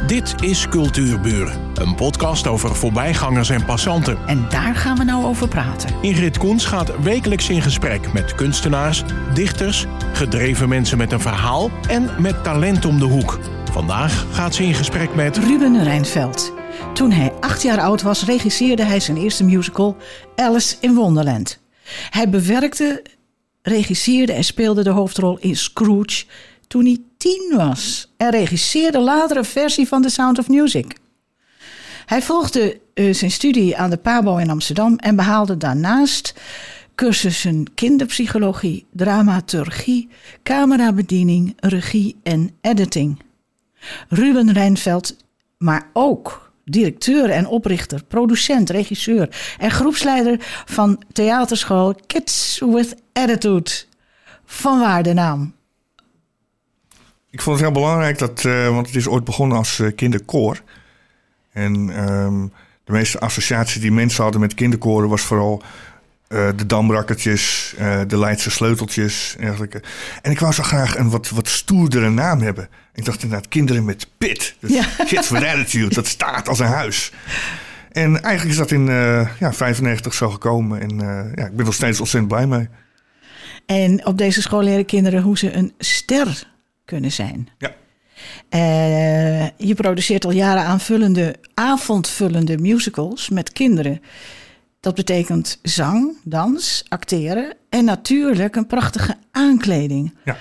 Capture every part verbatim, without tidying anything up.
Dit is Cultuurburen, een podcast over voorbijgangers en passanten. En daar gaan we nou over praten. Ingrid Koens gaat wekelijks in gesprek met kunstenaars, dichters, gedreven mensen met een verhaal en met talent om de hoek. Vandaag gaat ze in gesprek met Ruben Rijnveld. Toen hij acht jaar oud was, regisseerde hij zijn eerste musical Alice in Wonderland. Hij bewerkte, regisseerde en speelde de hoofdrol in Scrooge toen hij tien was. En regisseerde later een versie van The Sound of Music. Hij volgde uh, zijn studie aan de Pabo in Amsterdam en behaalde daarnaast cursussen kinderpsychologie, dramaturgie, camerabediening, regie en editing. Ruben Rijnveld, maar ook directeur en oprichter, producent, regisseur en groepsleider van theaterschool Kids with Attitude. Vanwaar de naam? Ik vond het heel belangrijk, dat, uh, want het is ooit begonnen als uh, kinderkoor. En um, de meeste associatie die mensen hadden met kinderkoren was vooral uh, de Dambrakkertjes, uh, de Leidse Sleuteltjes. Eigenlijk. En ik wou zo graag een wat, wat stoerdere naam hebben. Ik dacht inderdaad, kinderen met pit. Dus ja. Kids with Attitude, dat staat als een huis. En eigenlijk is dat in uh, ja, vijfennegentig zo gekomen. En uh, ja, ik ben nog steeds ontzettend blij mee. En op deze school leren kinderen hoe ze een ster kunnen zijn. Ja. Uh, je produceert al jaren aanvullende, avondvullende musicals met kinderen. Dat betekent zang, dans, acteren en natuurlijk een prachtige aankleding. Ja.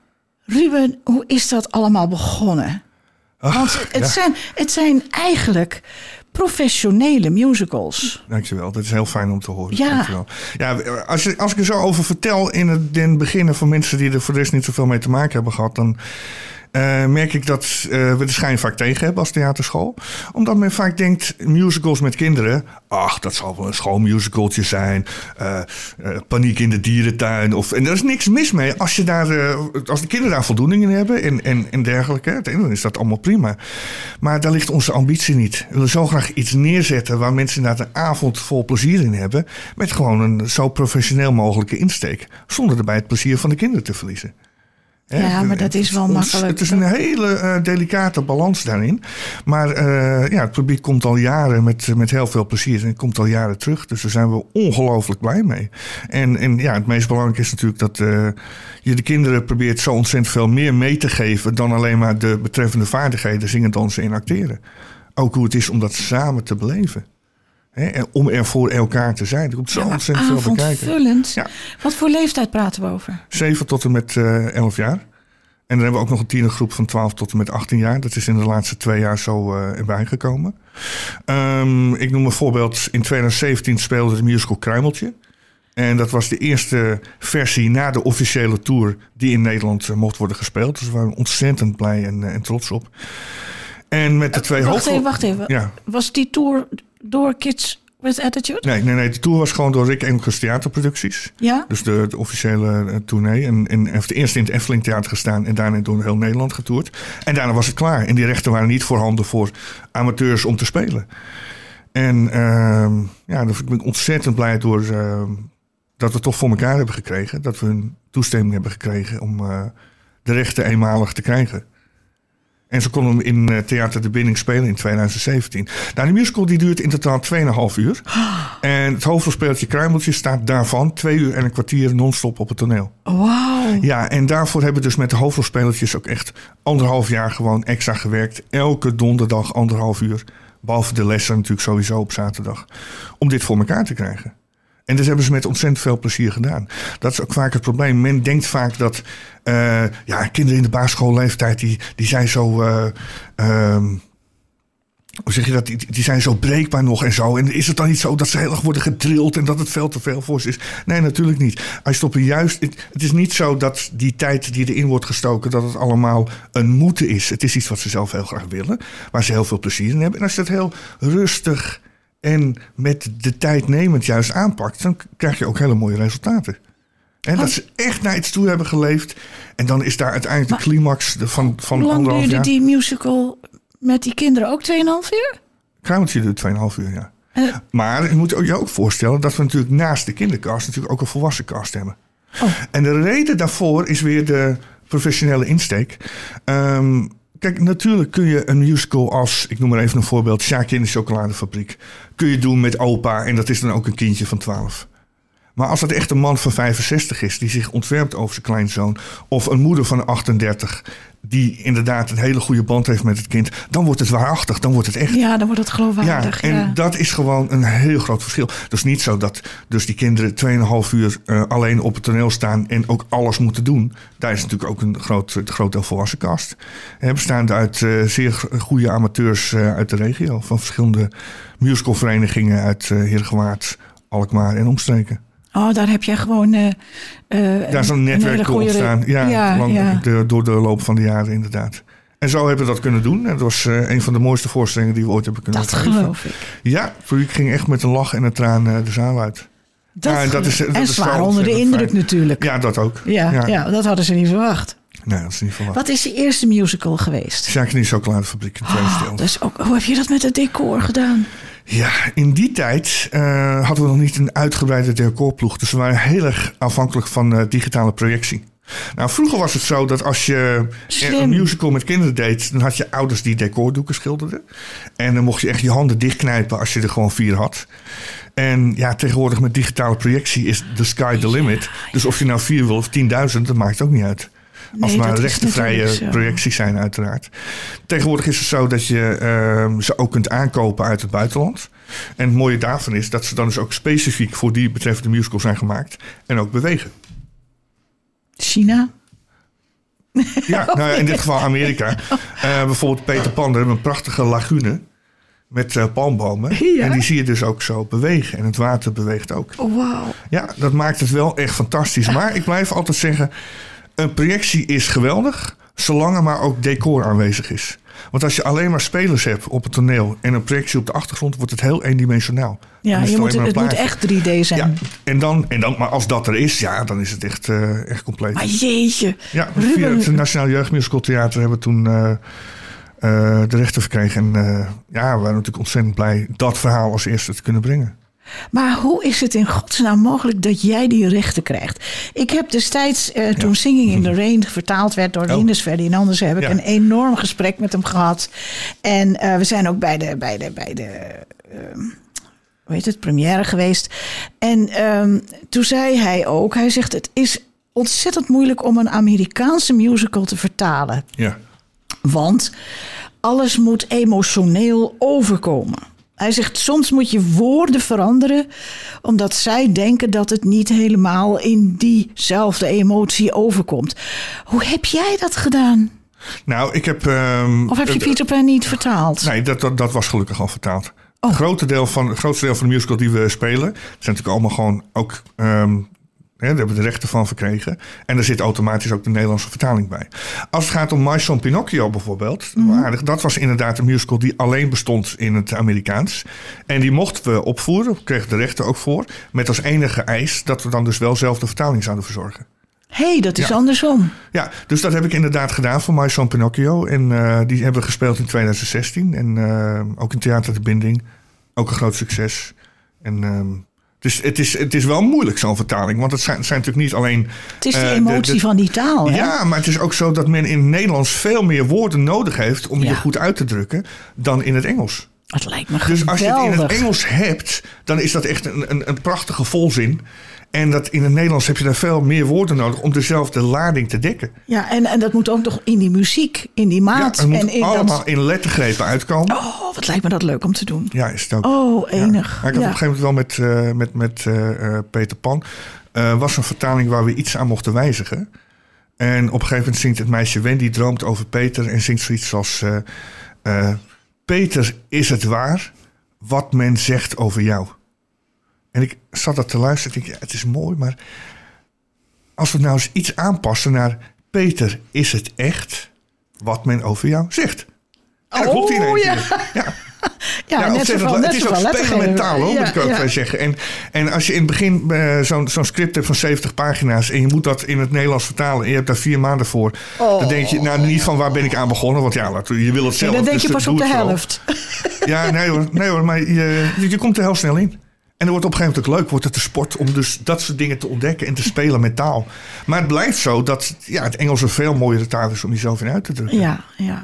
Ruben, hoe is dat allemaal begonnen? Ach, Want het, ja. zijn, het zijn eigenlijk professionele musicals. Dankjewel, dat is heel fijn om te horen. Ja, Dankjewel. Ja, als, je, als ik er zo over vertel in het, in het begin voor mensen die er voor de rest niet zoveel mee te maken hebben gehad, dan Uh, merk ik dat uh, we de schijn vaak tegen hebben als theaterschool. Omdat men vaak denkt, musicals met kinderen, ach, dat zal wel een schoolmusicaltje zijn. Uh, uh, Paniek in de dierentuin. Of, en er is niks mis mee als, je daar, uh, als de kinderen daar voldoening in hebben en, en, en dergelijke. Dan is dat allemaal prima. Maar daar ligt onze ambitie niet. We willen zo graag iets neerzetten waar mensen inderdaad een avond vol plezier in hebben. Met gewoon een zo professioneel mogelijke insteek. Zonder erbij het plezier van de kinderen te verliezen. Ja, maar dat is wel ons, makkelijk. Het is een hele uh, delicate balans daarin. Maar uh, ja, het publiek komt al jaren met, met heel veel plezier. En het komt al jaren terug. Dus daar zijn we ongelooflijk blij mee. En, en ja, het meest belangrijke is natuurlijk dat uh, je de kinderen probeert zo ontzettend veel meer mee te geven dan alleen maar de betreffende vaardigheden zingen, dansen en acteren. Ook hoe het is om dat samen te beleven. He, en om er voor elkaar te zijn. Er komt zo ja, ontzettend veel bekijken. Avondvullend. Ja. Wat voor leeftijd praten we over? Zeven tot en met uh, elf jaar. En dan hebben we ook nog een tienergroep van twaalf tot en met achttien jaar. Dat is in de laatste twee jaar zo uh, erbij gekomen. Um, ik noem een voorbeeld. In twintig zeventien speelde de musical Kruimeltje. En dat was de eerste versie na de officiële tour die in Nederland uh, mocht worden gespeeld. Dus we waren ontzettend blij en, uh, en trots op. En met de twee wacht hoofdrol... even, wacht even. Ja. Was die tour door Kids with Attitude? Nee, nee, nee. De tour was gewoon door Rick Enkels Theaterproducties. Ja? Dus de, de officiële uh, tournee. En, en heeft eerst in het Efteling Theater gestaan en daarna door heel Nederland getoerd. En daarna was het klaar. En die rechten waren niet voorhanden voor amateurs om te spelen. En uh, ja, dus ik ben ontzettend blij door uh, dat we het toch voor elkaar hebben gekregen. Dat we een toestemming hebben gekregen om uh, de rechten eenmalig te krijgen. En ze konden hem in uh, Theater de Binding spelen in twintig zeventien. Nou, die musical die duurt in totaal twee en een half uur. En het hoofdrolspelertje Kruimeltje staat daarvan twee uur en een kwartier non-stop op het toneel. Wauw. Ja, en daarvoor hebben we dus met de hoofdrolspelertjes ook echt anderhalf jaar gewoon extra gewerkt. Elke donderdag anderhalf uur. Behalve de lessen natuurlijk sowieso op zaterdag. Om dit voor elkaar te krijgen. En dat hebben ze met ontzettend veel plezier gedaan. Dat is ook vaak het probleem. Men denkt vaak dat uh, ja, kinderen in de basisschoolleeftijd, die, die zijn zo... Uh, um, hoe zeg je dat? Die, die zijn zo breekbaar nog en zo. En is het dan niet zo dat ze heel erg worden gedrild en dat het veel te veel voor ze is? Nee, natuurlijk niet. Als je stopt juist, het, het is niet zo dat die tijd die erin wordt gestoken, dat het allemaal een moeten is. Het is iets wat ze zelf heel graag willen. Waar ze heel veel plezier in hebben. En als je dat heel rustig en met de tijd nemend juist aanpakt, dan krijg je ook hele mooie resultaten. En dat ze echt naar iets toe hebben geleefd. En dan is daar uiteindelijk maar de climax van, van hoe lang duurde jaar. die musical met die kinderen ook twee en een half uur? Kruimeltje duurt twee en een half uur, ja. Uh, maar je moet je ook voorstellen dat we natuurlijk naast de kindercast natuurlijk ook een volwassen cast hebben. Oh. En de reden daarvoor is weer de professionele insteek. Um, kijk, natuurlijk kun je een musical als, ik noem maar even een voorbeeld, Sjaakje in de chocoladefabriek, kun je doen met opa en dat is dan ook een kindje van twaalf. Maar als het echt een man van vijfenzestig is die zich ontfermt over zijn kleinzoon, of een moeder van achtendertig die inderdaad een hele goede band heeft met het kind, dan wordt het waarachtig, dan wordt het echt. Ja, dan wordt het geloofwaardig. Ja, en ja. dat is gewoon een heel groot verschil. Het is niet zo dat dus die kinderen tweeënhalf uur uh, alleen op het toneel staan en ook alles moeten doen. Daar is natuurlijk ook een groot, een groot deel volwassen cast. He, bestaande uit uh, zeer goede amateurs uh, uit de regio, van verschillende musicalverenigingen uit uh, Heergewaard, Alkmaar en omstreken. Oh, daar heb jij gewoon uh, uh, Daar is een netwerk door ontstaan. Ja, ja, lang, ja. De, door de loop van de jaren inderdaad. En zo hebben we dat kunnen doen. En dat was uh, een van de mooiste voorstellingen die we ooit hebben kunnen dat geven. Dat geloof ik. Ja, het publiek ging echt met een lach en een traan uh, de zaal uit. Dat ja, en dat is, dat en is zwaar onder de indruk fijn. natuurlijk. Ja, dat ook. Ja, ja. ja, dat hadden ze niet verwacht. Nee, dat is niet verwacht. Wat is de eerste musical geweest? Sjaakje in de chocoladefabriek in Oh, dus ook, hoe heb je dat met het decor gedaan? Ja, in die tijd uh, hadden we nog niet een uitgebreide decorploeg. Dus we waren heel erg afhankelijk van uh, digitale projectie. Nou, vroeger was het zo dat als je Slim. een musical met kinderen deed, dan had je ouders die decordoeken schilderden. En dan mocht je echt je handen dichtknijpen als je er gewoon vier had. En ja, tegenwoordig met digitale projectie is the sky the limit. Ja, ja. Dus of je nou vier wil of tienduizend, dat maakt ook niet uit. Nee, als maar rechtenvrije projecties zijn uiteraard. Tegenwoordig is het zo dat je uh, ze ook kunt aankopen uit het buitenland. En het mooie daarvan is dat ze dan dus ook specifiek voor die betreffende musical zijn gemaakt. En ook bewegen. China? Ja, nou ja, in dit geval Amerika. Uh, bijvoorbeeld Peter Pan, daar hebben we een prachtige lagune met uh, palmbomen. Ja. En die zie je dus ook zo bewegen. En het water beweegt ook. Oh, wow. Ja, dat maakt het wel echt fantastisch. Maar ik blijf altijd zeggen, een projectie is geweldig, zolang er maar ook decor aanwezig is. Want als je alleen maar spelers hebt op het toneel en een projectie op de achtergrond, wordt het heel eendimensionaal. Ja, je moet, het moet echt drie D zijn. Ja, en dan, en dan, maar als dat er is, ja, dan is het echt, uh, echt compleet. Maar jeetje. Ja, via het Nationaal Jeugdmusical Theater hebben we toen uh, uh, de rechten verkregen. En uh, ja, we waren natuurlijk ontzettend blij dat verhaal als eerste te kunnen brengen. Maar hoe is het in godsnaam mogelijk dat jij die rechten krijgt? Ik heb destijds, uh, toen ja. Singing in the Rain vertaald werd door Rinus oh. Ferdinandus, heb ik ja. een enorm gesprek met hem gehad. En uh, we zijn ook bij de, bij de, bij de uh, hoe heet het, première geweest. En um, toen zei hij ook, hij zegt, het is ontzettend moeilijk om een Amerikaanse musical te vertalen. Ja. Want alles moet emotioneel overkomen. Hij zegt, soms moet je woorden veranderen, omdat zij denken dat het niet helemaal in diezelfde emotie overkomt. Hoe heb jij dat gedaan? Nou, ik heb... Um, of heb je uh, Peter Pan niet vertaald? Nee, dat, dat, dat was gelukkig al vertaald. Oh. Het, grote deel van, het grootste deel van de musical die we spelen, zijn natuurlijk allemaal gewoon ook... Um, Ja, daar hebben we de rechten van verkregen. En er zit automatisch ook de Nederlandse vertaling bij. Als het gaat om My Son Pinocchio bijvoorbeeld. Mm-hmm. Aardig, dat was inderdaad een musical die alleen bestond in het Amerikaans. En die mochten we opvoeren. We kregen de rechten ook voor. Met als enige eis dat we dan dus wel zelf de vertaling zouden verzorgen. Hé, hey, dat is ja. andersom. Ja, dus dat heb ik inderdaad gedaan voor My Son Pinocchio. En uh, die hebben we gespeeld in twintig zestien. En uh, ook in Theater de Binding. Ook een groot succes. En... Um, Dus het is, het is wel moeilijk, zo'n vertaling. Want het zijn, het zijn natuurlijk niet alleen... Het is de uh, emotie de, de, van die taal, hè? Ja, maar het is ook zo dat men in het Nederlands veel meer woorden nodig heeft om ja. je goed uit te drukken dan in het Engels. Het lijkt me dus geweldig. als je het in het Engels hebt, dan is dat echt een, een, een prachtige volzin. En dat in het Nederlands heb je daar veel meer woorden nodig om dezelfde lading te dekken. Ja, en, en dat moet ook nog in die muziek, in die maat. Ja, het moet en in allemaal dat... in lettergrepen uitkomen. Oh, wat lijkt me dat leuk om te doen. Ja, is het ook. Oh, enig. Ja. Ik had ja. op een gegeven moment wel met, uh, met, met uh, Peter Pan. Uh, was een vertaling waar we iets aan mochten wijzigen. En op een gegeven moment zingt het meisje Wendy droomt over Peter en zingt zoiets als... Uh, uh, Peter, is het waar wat men zegt over jou? En ik zat dat te luisteren en ik dacht, ja, het is mooi, maar als we nou eens iets aanpassen naar Peter, is het echt wat men over jou zegt? En dat klopt ineens. Ja. Ja. Ja, ja, net zoveel, het net is ook spelen met taal, hoor, ja, moet ik ook ja. wel zeggen. En, en als je in het begin uh, zo'n, zo'n script hebt van zeventig pagina's... en je moet dat in het Nederlands vertalen en je hebt daar vier maanden voor... Oh. dan denk je, nou niet van waar ben ik aan begonnen... want ja, je wil het zelf. Ja, dan denk dus je pas op de helft. Ja, nee hoor, nee hoor maar je, je komt er heel snel in. En er wordt op een gegeven moment ook leuk, wordt het de sport... om dus dat soort dingen te ontdekken en te spelen met taal. Maar het blijft zo dat ja, het Engels een veel mooiere taal is om jezelf in uit te drukken. Ja, ja.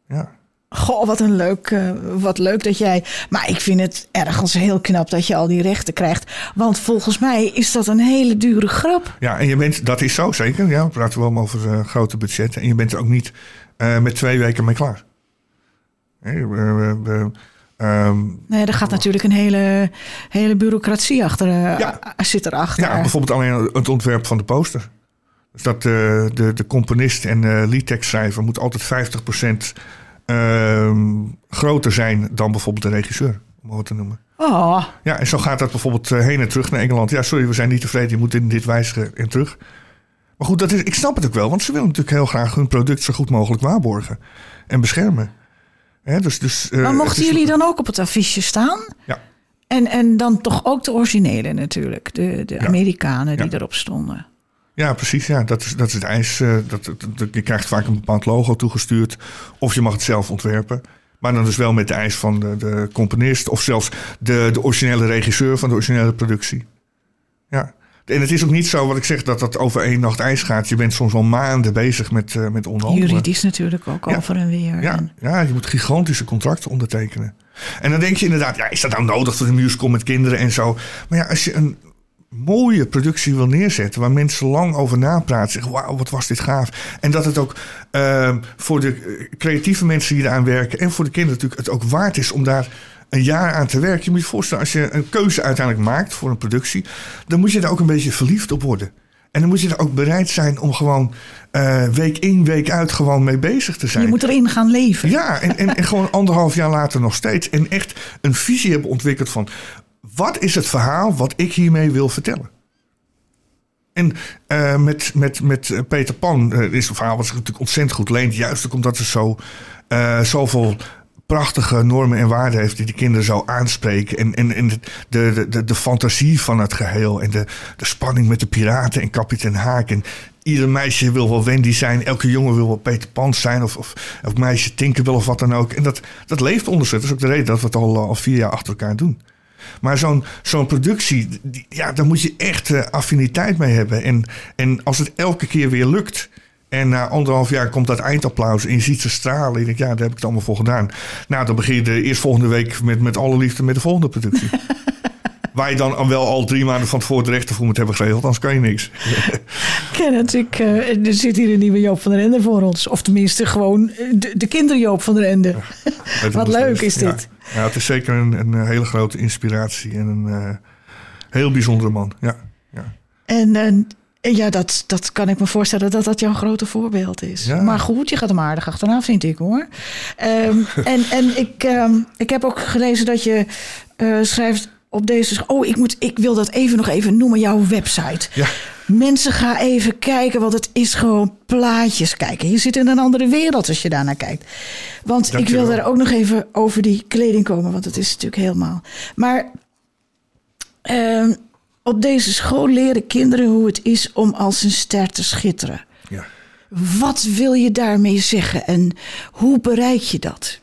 Ja. Goh, wat een leuk, uh, wat leuk dat jij... Maar ik vind het ergens heel knap dat je al die rechten krijgt. Want volgens mij is dat een hele dure grap. Ja, en je bent, dat is zo zeker. Ja, we praten wel over uh, grote budgetten. En je bent er ook niet uh, met twee weken mee klaar. Nee, uh, uh, um, nee, er gaat natuurlijk een hele, hele bureaucratie achter. Uh, ja. Zit erachter. Ja, bijvoorbeeld alleen het ontwerp van de poster. Dus dat uh, de, de componist en de liedtekstschrijver moet altijd vijftig procent... Uh, groter zijn dan bijvoorbeeld de regisseur, om het te noemen. Oh. Ja, en zo gaat dat bijvoorbeeld uh, heen en terug naar Engeland. Ja, sorry, we zijn niet tevreden, je moet dit, dit wijzigen en terug. Maar goed, dat is, ik snap het ook wel, want ze willen natuurlijk heel graag hun product zo goed mogelijk waarborgen en beschermen. Hè, dus, dus, uh, maar mochten is, jullie dan ook op het affiche staan? Ja. En, en dan toch ook de originele natuurlijk, de, de ja. Amerikanen die ja. erop stonden. Ja, precies. Ja. Dat, is, dat is het eis. Uh, dat, dat, dat, je krijgt vaak een bepaald logo toegestuurd. Of je mag het zelf ontwerpen. Maar dan dus wel met de eis van de, de componist. Of zelfs de, de originele regisseur van de originele productie. Ja. En het is ook niet zo wat ik zeg dat dat over één nacht ijs gaat. Je bent soms al maanden bezig met, uh, met onderhandelen. Juridisch natuurlijk ook ja. over en weer. Ja. En... ja, je moet gigantische contracten ondertekenen. En dan denk je inderdaad, ja, is dat nou nodig voor een musical met kinderen en zo? Maar ja, als je een mooie productie wil neerzetten, waar mensen lang over napraten, zeggen, wauw, wat was dit gaaf. En dat het ook uh, voor de creatieve mensen die eraan werken en voor de kinderen natuurlijk het ook waard is om daar een jaar aan te werken. Je moet je voorstellen, als je een keuze uiteindelijk maakt voor een productie, dan moet je er ook een beetje verliefd op worden. En dan moet je er ook bereid zijn om gewoon uh, week in, week uit gewoon mee bezig te zijn. Je moet erin gaan leven. Ja, en, en, en gewoon anderhalf jaar later nog steeds. En echt een visie hebben ontwikkeld van, wat is het verhaal wat ik hiermee wil vertellen? En uh, met, met, met Peter Pan uh, is het verhaal wat zich natuurlijk ontzettend goed leent. Juist ook omdat het zo, uh, zoveel prachtige normen en waarden heeft die de kinderen zo aanspreken. En, en, en de, de, de, de fantasie van het geheel. En de, de spanning met de piraten en kapitein Haak. En ieder meisje wil wel Wendy zijn. Elke jongen wil wel Peter Pan zijn. Of, of, of meisje Tinkerbell of wat dan ook. En dat, dat leeft onder ze. Dat is ook de reden dat we het al, al vier jaar achter elkaar doen. Maar zo'n, zo'n productie, die, ja, daar moet je echt uh, affiniteit mee hebben. En, en als het elke keer weer lukt, en na anderhalf jaar komt dat eindapplaus en je ziet ze stralen. En je denkt, ja, daar heb ik het allemaal voor gedaan. Nou, dan begin je de eerstvolgende week met, met alle liefde met de volgende productie. Waar je dan wel al drie maanden van tevoren de rechten voor moet hebben geregeld. Anders kan je niks. Ja, natuurlijk. Uh, er zit hier een nieuwe Joop van der Ende voor ons. Of tenminste gewoon de, de kinderjoop van der Ende. Ja, wat leuk is dit. Ja, ja, het is zeker een, een hele grote inspiratie. En een uh, heel bijzondere man. Ja, ja. En... Uh, Ja, dat, dat kan ik me voorstellen dat dat jouw grote voorbeeld is. Ja. Maar goed, je gaat hem aardig achterna, vind ik hoor. Um, en en ik, um, ik heb ook gelezen dat je uh, schrijft op deze... Oh, ik, moet, ik wil dat even nog even noemen, jouw website. Ja. Mensen, ga even kijken, want het is gewoon plaatjes kijken. Je zit in een andere wereld als je daarnaar kijkt. Want Dank ik wil daar ook nog even over die kleding komen, want het is natuurlijk helemaal... Maar... Um, Op deze school leren kinderen hoe het is om als een ster te schitteren. Ja. Wat wil je daarmee zeggen en hoe bereik je dat?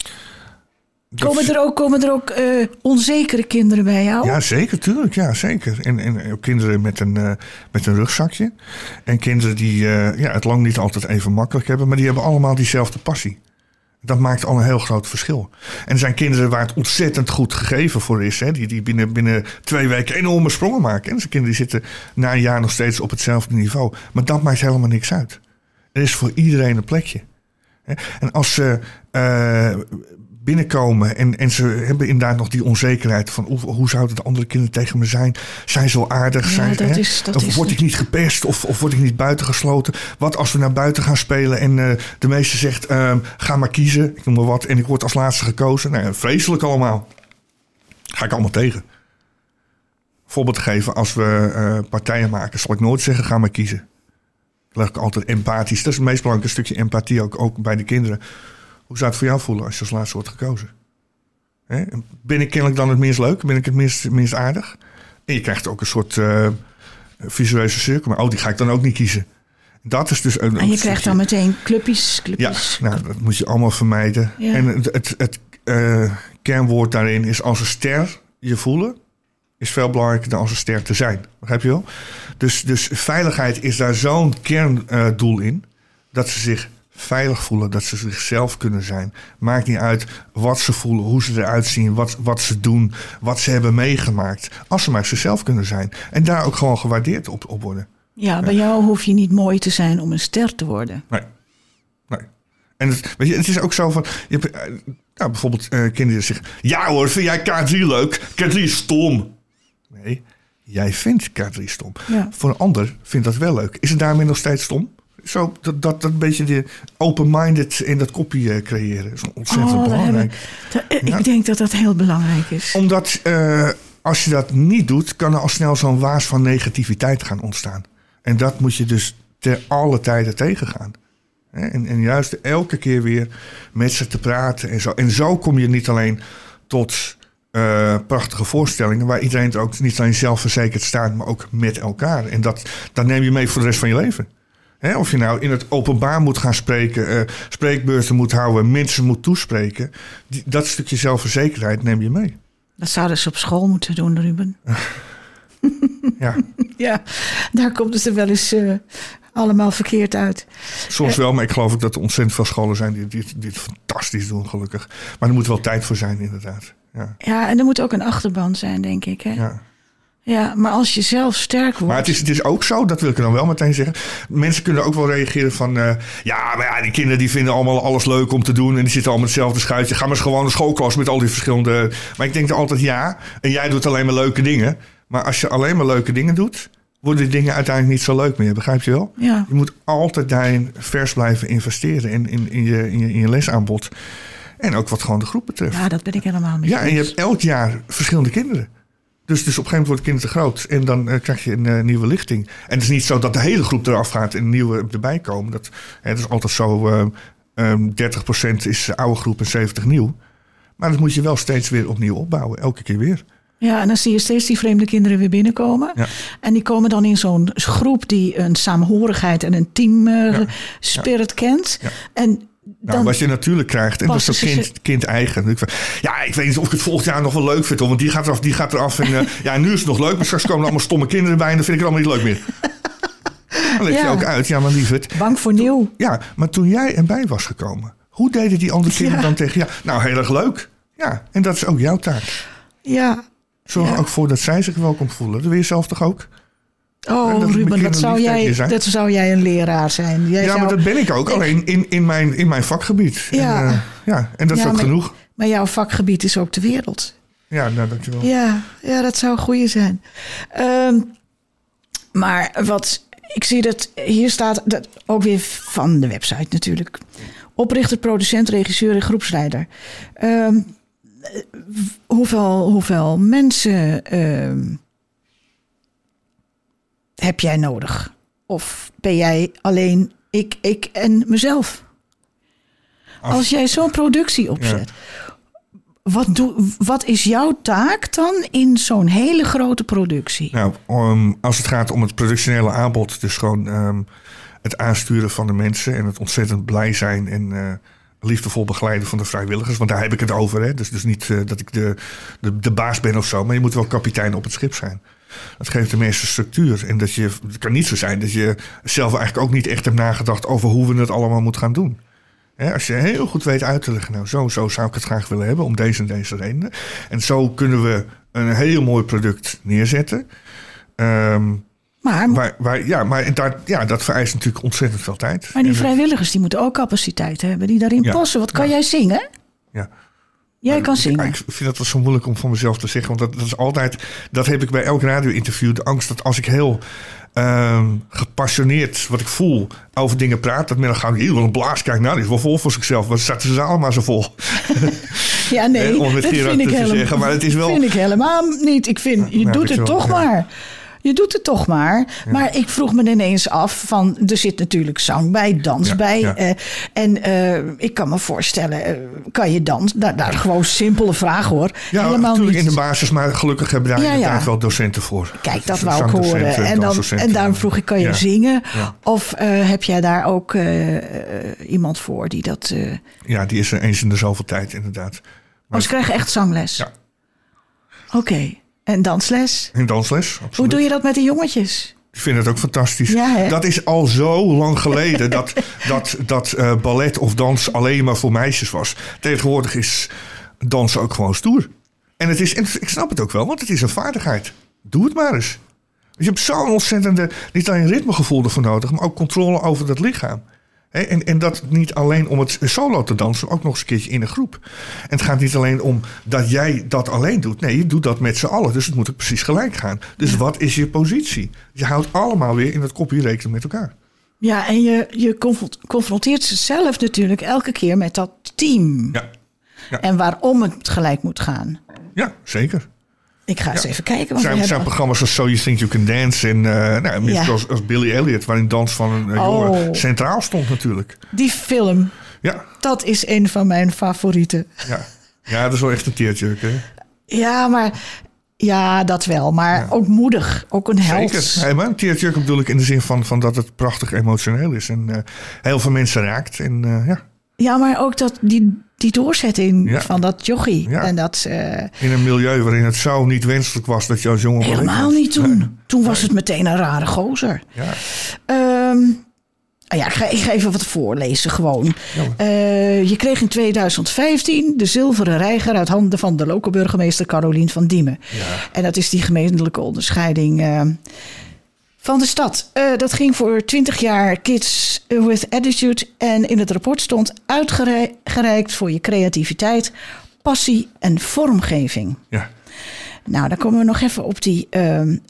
dat komen er ook, komen er ook uh, onzekere kinderen bij jou? Ja, zeker, tuurlijk. Ja, zeker. En, en ook kinderen met een, uh, met een rugzakje. En kinderen die uh, ja, het lang niet altijd even makkelijk hebben, maar die hebben allemaal diezelfde passie. Dat maakt al een heel groot verschil. En er zijn kinderen waar het ontzettend goed gegeven voor is. Hè? Die, die binnen, binnen twee weken enorme sprongen maken. En er zijn kinderen die zitten na een jaar nog steeds op hetzelfde niveau. Maar dat maakt helemaal niks uit. Er is voor iedereen een plekje. En als ze uh, binnenkomen en, en ze hebben inderdaad nog die onzekerheid van hoe, hoe zouden de andere kinderen tegen me zijn? Zijn ze wel aardig? Ja, zijn, dat hè? is, dat of is word ik niet gepest? Of, of word ik niet buitengesloten? Wat als we naar buiten gaan spelen en uh, de meester zegt, uh, ga maar kiezen, ik noem maar wat, en ik word als laatste gekozen. Nou, vreselijk allemaal. Ga ik allemaal tegen. Voorbeeld geven, als we uh, partijen maken, zal ik nooit zeggen, ga maar kiezen. Dat leg ik altijd empathisch. Dat is het meest belangrijke stukje empathie ook, ook bij de kinderen. Hoe zou het voor jou voelen als je als laatste wordt gekozen? Hè? Ben ik kennelijk dan het minst leuk? Ben ik het minst, minst aardig? En je krijgt ook een soort uh, visueuze cirkel. Maar oh, die ga ik dan ook niet kiezen. Dat is dus een, en je krijgt stukje. Dan meteen clubjes. clubjes. Ja, nou, dat moet je allemaal vermijden. Ja. En het, het, het uh, kernwoord daarin is als een ster je voelen is veel belangrijker dan als een ster te zijn. Begrijp je wel? Dus, dus veiligheid is daar zo'n kerndoel uh, in, dat ze zich veilig voelen, dat ze zichzelf kunnen zijn. Maakt niet uit wat ze voelen, hoe ze eruit zien, wat, wat ze doen, wat ze hebben meegemaakt. Als ze maar zichzelf kunnen zijn. En daar ook gewoon gewaardeerd op, op worden. Ja, bij jou hoef je niet mooi te zijn om een ster te worden. Nee. nee. En het, weet je, het is ook zo van... Je hebt, uh, nou, bijvoorbeeld uh, kinderen die zeggen... Ja hoor, vind jij K drie leuk? K drie is stom. Nee, jij vindt K drie stom. Ja. Voor een ander vindt dat wel leuk. Is het daarmee nog steeds stom? Zo, dat, dat, dat een beetje de open-minded in dat kopie uh, creëren. is ontzettend oh, belangrijk. Ik, dat, ja. ik denk dat dat heel belangrijk is. Omdat uh, als je dat niet doet... kan er al snel zo'n waas van negativiteit gaan ontstaan. En dat moet je dus ter alle tijden tegengaan. En, en juist elke keer weer met ze te praten en zo. En zo kom je niet alleen tot uh, prachtige voorstellingen... waar iedereen het ook niet alleen zelfverzekerd staat... maar ook met elkaar. En dat, dat neem je mee voor de rest van je leven. He, of je nou in het openbaar moet gaan spreken... Uh, spreekbeurten moet houden, mensen moet toespreken... Die, dat stukje zelfverzekerdheid neem je mee. Dat zouden ze op school moeten doen, Ruben. ja. ja, daar komt het er wel eens... Uh... allemaal verkeerd uit. Soms wel, maar ik geloof ook dat er ontzettend veel scholen zijn... die, die, die het fantastisch doen, gelukkig. Maar er moet wel tijd voor zijn, inderdaad. Ja, ja en er moet ook een achterban zijn, denk ik. Hè? Ja. ja, maar als je zelf sterk wordt... Maar het is, het is ook zo, dat wil ik er dan wel meteen zeggen... mensen kunnen ook wel reageren van... Uh, ja, maar ja, die kinderen die vinden allemaal alles leuk om te doen... en die zitten allemaal hetzelfde schuitje. Ga maar eens gewoon een schoolklas met al die verschillende... Maar ik denk er altijd ja, en jij doet alleen maar leuke dingen. Maar als je alleen maar leuke dingen doet... worden die dingen uiteindelijk niet zo leuk meer, begrijp je wel? Ja. Je moet altijd daarin vers blijven investeren in, in, in, je, in, je, in je lesaanbod. En ook wat gewoon de groep betreft. Ja, dat ben ik helemaal mee. Ja, en je hebt elk jaar verschillende kinderen. Dus, dus op een gegeven moment worden kinderen te groot. En dan uh, krijg je een uh, nieuwe lichting. En het is niet zo dat de hele groep eraf gaat en een nieuwe erbij komen. Dat, hè, dat is altijd zo, uh, um, dertig procent is oude groep en zeventig nieuw. Maar dat moet je wel steeds weer opnieuw opbouwen, elke keer weer. Ja, en dan zie je steeds die vreemde kinderen weer binnenkomen. Ja. En die komen dan in zo'n groep die een saamhorigheid en een team uh, ja. spirit ja. kent. Ja. En dan nou, wat je natuurlijk krijgt, en dat is dat kind, kind eigen. Ja, ik weet niet of ik het volgend jaar nog wel leuk vind, want die gaat eraf, die gaat eraf. En uh, ja, nu is het nog leuk, maar straks komen er allemaal stomme kinderen bij en dan vind ik het allemaal niet leuk meer. Dan leg je ja. ook uit, ja, maar lieverd. Bang voor nieuw. Ja, maar toen jij erbij was gekomen, hoe deden die andere kinderen ja. dan tegen jou? Nou, heel erg leuk. Ja, en dat is ook jouw taak. Ja. Zorg ja. ook voor dat zij zich welkom voelen. Dat wil je zelf toch ook? Oh, dat Ruben, dat zou, jij, dat zou jij een leraar zijn. Jij ja, zou... maar dat ben ik ook. Ik... Alleen in, in, mijn, in mijn vakgebied. Ja. En, uh, ja, en dat is ja, ook maar, genoeg. Maar jouw vakgebied is ook de wereld. Ja, nou, dankjewel. Ja, ja, dat zou een goeie zijn. Um, maar wat... Ik zie dat hier staat... Dat, ook weer van de website natuurlijk. Oprichter, producent, regisseur en groepsleider. Um, Hoeveel, hoeveel mensen uh, heb jij nodig? Of ben jij alleen ik, ik en mezelf? Als, Als jij zo'n productie opzet, ja. wat, doe, wat is jouw taak dan in zo'n hele grote productie? Nou, um, als het gaat om het productionele aanbod, dus gewoon um, het aansturen van de mensen en het ontzettend blij zijn en uh, liefdevol begeleiden van de vrijwilligers. Want daar heb ik het over. Hè? Dus, dus niet uh, dat ik de, de, de baas ben of zo. Maar je moet wel kapitein op het schip zijn. Dat geeft de meeste structuur. En dat je, het kan niet zo zijn dat je zelf eigenlijk ook niet echt hebt nagedacht over hoe we het allemaal moeten gaan doen. Hè? Als je heel goed weet uit te leggen. Nou, zo, zo zou ik het graag willen hebben. Om deze en deze redenen. En zo kunnen we een heel mooi product neerzetten. Um, Maar, waar, waar, ja, maar dat, ja, dat vereist natuurlijk ontzettend veel tijd. Maar die vrijwilligers die moeten ook capaciteit hebben. Die daarin ja, passen. Wat kan ja. jij zingen? Ja. Jij maar kan zingen. Ik vind dat wel zo moeilijk om van mezelf te zeggen. Want dat, dat is altijd... Dat heb ik bij elk radio-interview. De angst dat als ik heel um, gepassioneerd wat ik voel over dingen praat. Dat men dan gaat hier wel een blaas kijken. Nou, die is wel vol voor zichzelf. Wat zaten ze allemaal zo vol? Ja, nee. Om het dat vind, ik, helemaal, zeggen, maar het is wel... vind ik helemaal niet. Ik vind, je nou, doet het wel, toch ja. maar... Je doet het toch maar. Ja. Maar ik vroeg me ineens af van... Er zit natuurlijk zang bij, dans ja, bij. Ja. Uh, en uh, ik kan me voorstellen... Uh, kan je dans? Daar, daar gewoon simpele vraag hoor. Ja, helemaal natuurlijk niet. in de basis. Maar gelukkig hebben daar ja, inderdaad ja. wel docenten voor. Kijk, dat wou ik horen. En, dan, en daarom vroeg ik, kan je ja. zingen? Ja. Of uh, heb jij daar ook uh, uh, iemand voor die dat... Uh... Ja, die is er eens in de zoveel tijd inderdaad. Maar oh, ze krijgen echt zangles? Ja. Oké. Okay. En dansles? En dansles, absoluut. Hoe doe je dat met de jongetjes? Die vinden het ook fantastisch. Ja, dat is al zo lang geleden dat, dat, dat uh, ballet of dans alleen maar voor meisjes was. Tegenwoordig is dansen ook gewoon stoer. En, het is, en ik snap het ook wel, want het is een vaardigheid. Doe het maar eens. Je hebt zo'n ontzettende, niet alleen ritmegevoel ervoor nodig, maar ook controle over dat lichaam. He, en, en dat niet alleen om het solo te dansen, maar ook nog eens een keertje in een groep. En het gaat niet alleen om dat jij dat alleen doet. Nee, je doet dat met z'n allen. Dus het moet ook precies gelijk gaan. Dus ja. Wat is je positie? Je houdt allemaal weer in het kopje rekening met elkaar. Ja, en je, je confronteert zichzelf natuurlijk elke keer met dat team. Ja. Ja. En waarom het gelijk moet gaan. Ja, zeker. Ik ga eens ja. even kijken. Er zijn, zijn hebben... programma's als So You Think You Can Dance. En uh, nou, ja. als, als Billy Elliot, waarin dans van een uh, oh. jongen centraal stond natuurlijk. Die film. Ja. Dat is een van mijn favorieten. Ja, ja dat is wel echt een tearjerk, hè? Ja, maar... Ja, dat wel. Maar ja. ook moedig. Ook een held. Zeker. Hey, maar een tearjerk bedoel ik in de zin van, van dat het prachtig emotioneel is. En uh, heel veel mensen raakt. En, uh, ja. ja, maar ook dat die... Die doorzetting ja. van dat jochie. Ja. En dat, uh, in een milieu waarin het zo niet wenselijk was dat je als jongen... Helemaal niet toen. Nee. Toen was nee. het meteen een rare gozer. Ja. Um, oh ja, ik, ga, ik ga even wat voorlezen gewoon. Ja. Uh, je kreeg in tweeduizend vijftien de zilveren reiger uit handen van de lokale burgemeester Carolien van Diemen. Ja. En dat is die gemeentelijke onderscheiding... Uh, van de stad. Uh, dat ging voor twintig jaar Kids with Attitude. En in het rapport stond uitgereikt voor je creativiteit, passie en vormgeving. Ja. Nou, dan komen we nog even op die uh, uh,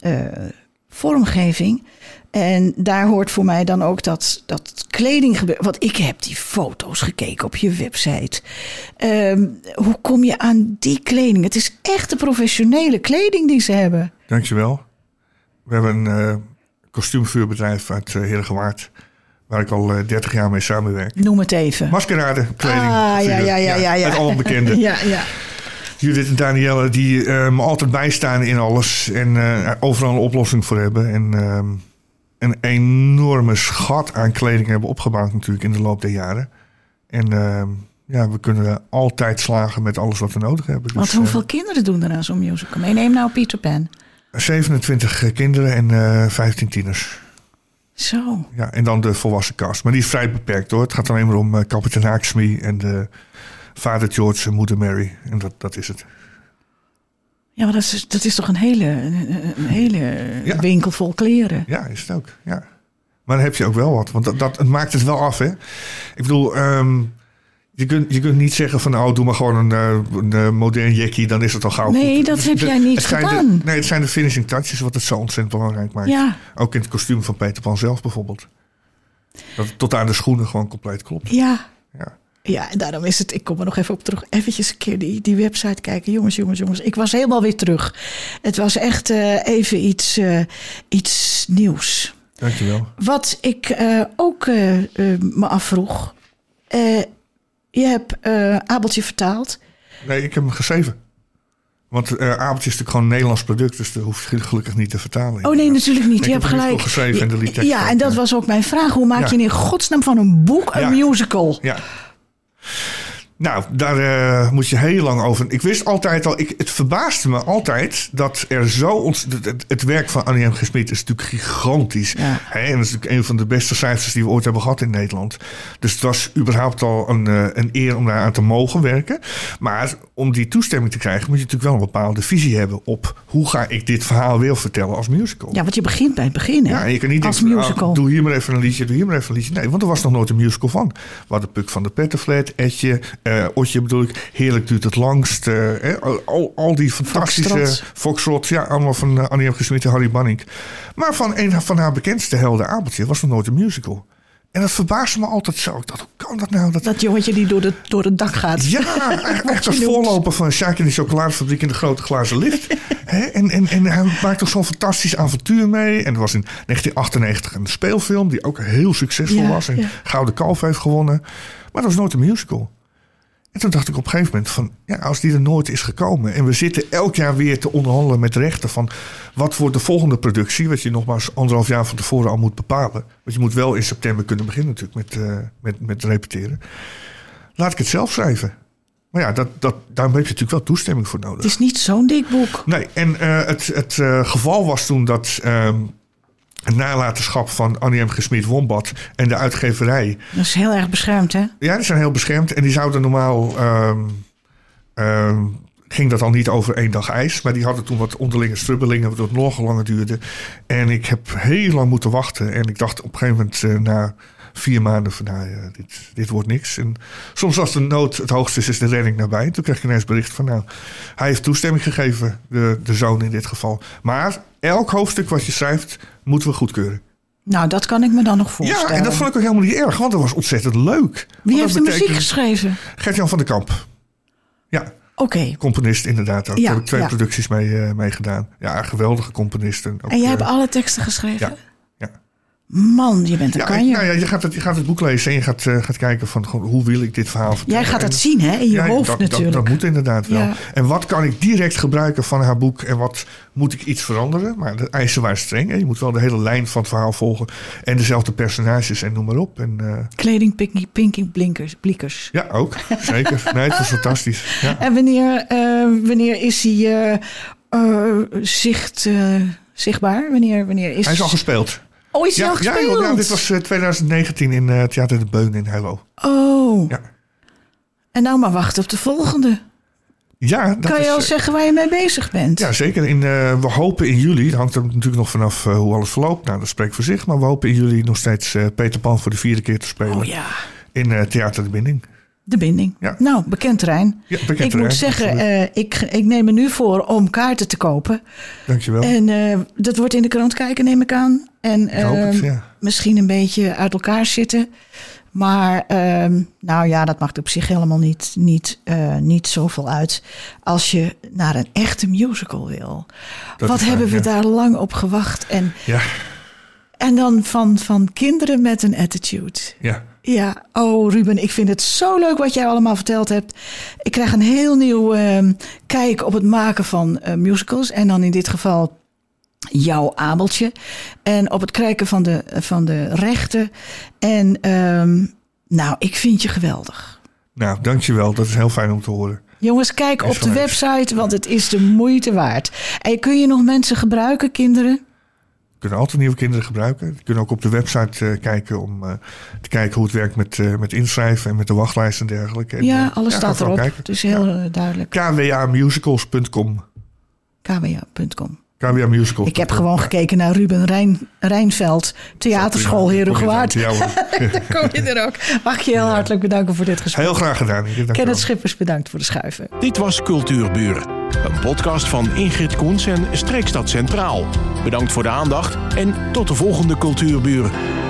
vormgeving. En daar hoort voor mij dan ook dat, dat kleding gebeuren. Want ik heb die foto's gekeken op je website. Um, hoe kom je aan die kleding? Het is echt de professionele kleding die ze hebben. Dankjewel. We hebben een... Uh... kostuumvuurbedrijf uit uh, Heergewaard, waar ik al uh, dertig jaar mee samenwerk. Noem het even. Maskerade, kleding. Ah, ja, ja, ja, ja, ja. Het allemaal bekende. ja, ja. Judith en Danielle, die uh, me altijd bijstaan in alles en uh, overal een oplossing voor hebben. En uh, een enorme schat aan kleding hebben opgebouwd natuurlijk in de loop der jaren. En uh, ja, we kunnen altijd slagen met alles wat we nodig hebben. Want dus, hoeveel uh, kinderen doen er aan zo'n musical mee? Neem nou Peter Pan. zevenentwintig kinderen en uh, vijftien tieners. Zo. Ja, en dan de volwassen cast. Maar die is vrij beperkt hoor. Het gaat alleen maar om uh, kapitein Haaksmee en de vader George en moeder Mary. En dat, dat is het. Ja, maar dat is, dat is toch een hele, een, een hele ja. winkel vol kleren. Ja, is het ook. Ja. Maar dan heb je ook wel wat. Want dat, dat het maakt het wel af, hè. Ik bedoel... Um, Je kunt, je kunt niet zeggen van nou, doe maar gewoon een, een, een modern jackie, dan is het al gauw Nee, goed. dat heb de, jij niet gedaan. De, nee, het zijn de finishing touches wat het zo ontzettend belangrijk maakt. Ja. Ook in het kostuum van Peter Pan zelf bijvoorbeeld. Dat het tot aan de schoenen gewoon compleet klopt. Ja. Ja. Ja, en daarom is het, ik kom er nog even op terug, eventjes een keer die, die website kijken. Jongens, jongens, jongens. Ik was helemaal weer terug. Het was echt uh, even iets, uh, iets nieuws. Dankjewel. Wat ik uh, ook uh, uh, me afvroeg... Uh, Je hebt uh, Abeltje vertaald. Nee, ik heb hem geschreven. Want uh, Abeltje is natuurlijk gewoon een Nederlands product. Dus dat hoef je gelukkig niet te vertalen. Oh nee, natuurlijk niet. Ik je heb hebt gelijk. geschreven en de liedtekst. Ja, en dat ja. was ook mijn vraag. Hoe maak ja. je in godsnaam van een boek een ja. musical? Ja. Nou, daar uh, moet je heel lang over. Ik wist altijd al, ik, het verbaasde me altijd dat er zo... Ont, het, het werk van Annie M. G. Schmid is natuurlijk gigantisch. Ja. Hè, en dat is natuurlijk een van de beste cijfers die we ooit hebben gehad in Nederland. Dus het was überhaupt al een, een eer om daar aan te mogen werken. Maar om die toestemming te krijgen moet je natuurlijk wel een bepaalde visie hebben op hoe ga ik dit verhaal weer vertellen als musical. Ja, want je begint bij het begin, hè? Ja, en je kan niet als denken, musical. Ah, doe hier maar even een liedje, doe hier maar even een liedje. Nee, want er was nog nooit een musical van. We hadden Puk van de Pettenflat, Etje... Uh, Otje bedoel ik, Heerlijk duurt het langst. Uh, eh, al, al die fantastische... Foxtrot. Foxtrot, ja, allemaal van uh, Annie M. G. Schmid en Harry Banning. Maar van een van haar bekendste helden, Abeltje, was nog nooit een musical. En dat verbaasde me altijd zo. Ik dacht, hoe kan dat nou? Dat, dat jongetje die door, de, door het dak gaat. Ja, echt als voorloper van Sjaak in de chocoladefabriek in de grote glazen lift. He, en, en, en hij maakt toch zo'n fantastisch avontuur mee. En er was in negentien achtennegentig een speelfilm die ook heel succesvol ja, was. En ja. Gouden Kalf heeft gewonnen. Maar dat was nooit een musical. En toen dacht ik op een gegeven moment van... ja, als die er nooit is gekomen... en we zitten elk jaar weer te onderhandelen met de rechter... van wat wordt de volgende productie... wat je nogmaals anderhalf jaar van tevoren al moet bepalen. Want je moet wel in september kunnen beginnen natuurlijk met, uh, met, met repeteren. Laat ik het zelf schrijven. Maar ja, dat, dat, daar heb je natuurlijk wel toestemming voor nodig. Het is niet zo'n dik boek. Nee, en uh, het, het uh, geval was toen dat... Uh, een nalatenschap van Annie M. G. Schmid-Wombat en de uitgeverij. Dat is heel erg beschermd, hè? Ja, die zijn heel beschermd. En die zouden normaal... Um, um, ging dat al niet over één dag ijs. Maar die hadden toen wat onderlinge strubbelingen, waardoor het nog langer duurde. En ik heb heel lang moeten wachten. En ik dacht op een gegeven moment uh, na vier maanden van... nou, uh, dit, dit wordt niks. En soms als de nood het hoogste is, is de redding nabij. Toen kreeg ik ineens bericht van... nou, hij heeft toestemming gegeven, de, de zoon in dit geval. Maar elk hoofdstuk wat je schrijft, moeten we goedkeuren. Nou, dat kan ik me dan nog voorstellen. Ja, en dat vond ik ook helemaal niet erg, want dat was ontzettend leuk. Wie want heeft de muziek geschreven? Gert-Jan van der Kamp. Ja. Oké. Okay. Componist inderdaad ook. Ja, Daar heb ik twee ja. producties mee, uh, mee gedaan. Ja, geweldige componisten. Ook, en jij uh, hebt alle teksten geschreven? Ja. ja. Man, je bent een ja, kanjer. Nou ja, je, gaat het, je gaat het boek lezen en je gaat, uh, gaat kijken van gewoon, hoe wil ik dit verhaal vertellen. Jij gaat het en, zien, hè? In je ja, hoofd dat, natuurlijk. Dat, dat moet inderdaad wel. Ja. En wat kan ik direct gebruiken van haar boek en wat moet ik iets veranderen? Maar de eisen waren streng. Hè? Je moet wel de hele lijn van het verhaal volgen. En dezelfde personages en noem maar op. En, uh, Kleding, pinky, pinky blinkers, blinkers. Ja, ook. Zeker. Nee, het was fantastisch. Ja. En wanneer, uh, wanneer is hij uh, uh, zicht, uh, zichtbaar? Wanneer, wanneer is... Hij is al gespeeld. Oh, is hij ja, al gespeeld? Ja, ja, dit was uh, twintig negentien in uh, Theater de Beun in Heilo. Oh. Ja. En nou maar wachten op de volgende. Ja, dat kan je is, al zeggen waar je mee bezig bent? Ja, zeker. In, uh, we hopen in juli, dat hangt er natuurlijk nog vanaf uh, hoe alles verloopt. Nou, dat spreekt voor zich. Maar we hopen in juli nog steeds uh, Peter Pan voor de vierde keer te spelen. Oh ja. In uh, Theater de Binding. De Binding. Ja. Nou, bekend terrein. Ja, bekend ik terrein, moet zeggen, uh, ik, ik neem me nu voor om kaarten te kopen. Dankjewel. En uh, dat wordt in de krant kijken, neem ik aan. En uh, ik hoop het, ja. misschien een beetje uit elkaar zitten. Maar uh, nou ja, dat maakt op zich helemaal niet, niet, uh, niet zoveel uit. Als je naar een echte musical wil. Dat Wat hebben waar, we ja. daar lang op gewacht. En, ja. en dan van, van kinderen met een attitude. Ja. Ja, oh Ruben, ik vind het zo leuk wat jij allemaal verteld hebt. Ik krijg een heel nieuw uh, kijk op het maken van uh, musicals. En dan in dit geval jouw Abeltje. En op het krijgen van de, van de rechten. En um, nou, ik vind je geweldig. Nou, dankjewel. Dat is heel fijn om te horen. Jongens, kijk op de website, want het is de moeite waard. En kun je nog mensen gebruiken, kinderen? We kunnen altijd nieuwe kinderen gebruiken. Je kunt ook op de website uh, kijken om uh, te kijken hoe het werkt met, uh, met inschrijven en met de wachtlijst en dergelijke. En, ja, alles uh, staat ja, erop. kijken. Het is heel ja. duidelijk. k w a musicals punt com k w a punt com K W A Musicals. Ik heb gewoon ja. gekeken naar Ruben Rijn, Rijnveld, theaterschool Herengewaard. Ja, daar kom je er ook. Mag ik je heel ja. hartelijk bedanken voor dit gesprek. Heel graag gedaan. Kenneth Schippers, bedankt voor de schuiven. Dit was Cultuurburen, een podcast van Ingrid Koens en Streekstad Centraal. Bedankt voor de aandacht en tot de volgende Cultuurburen.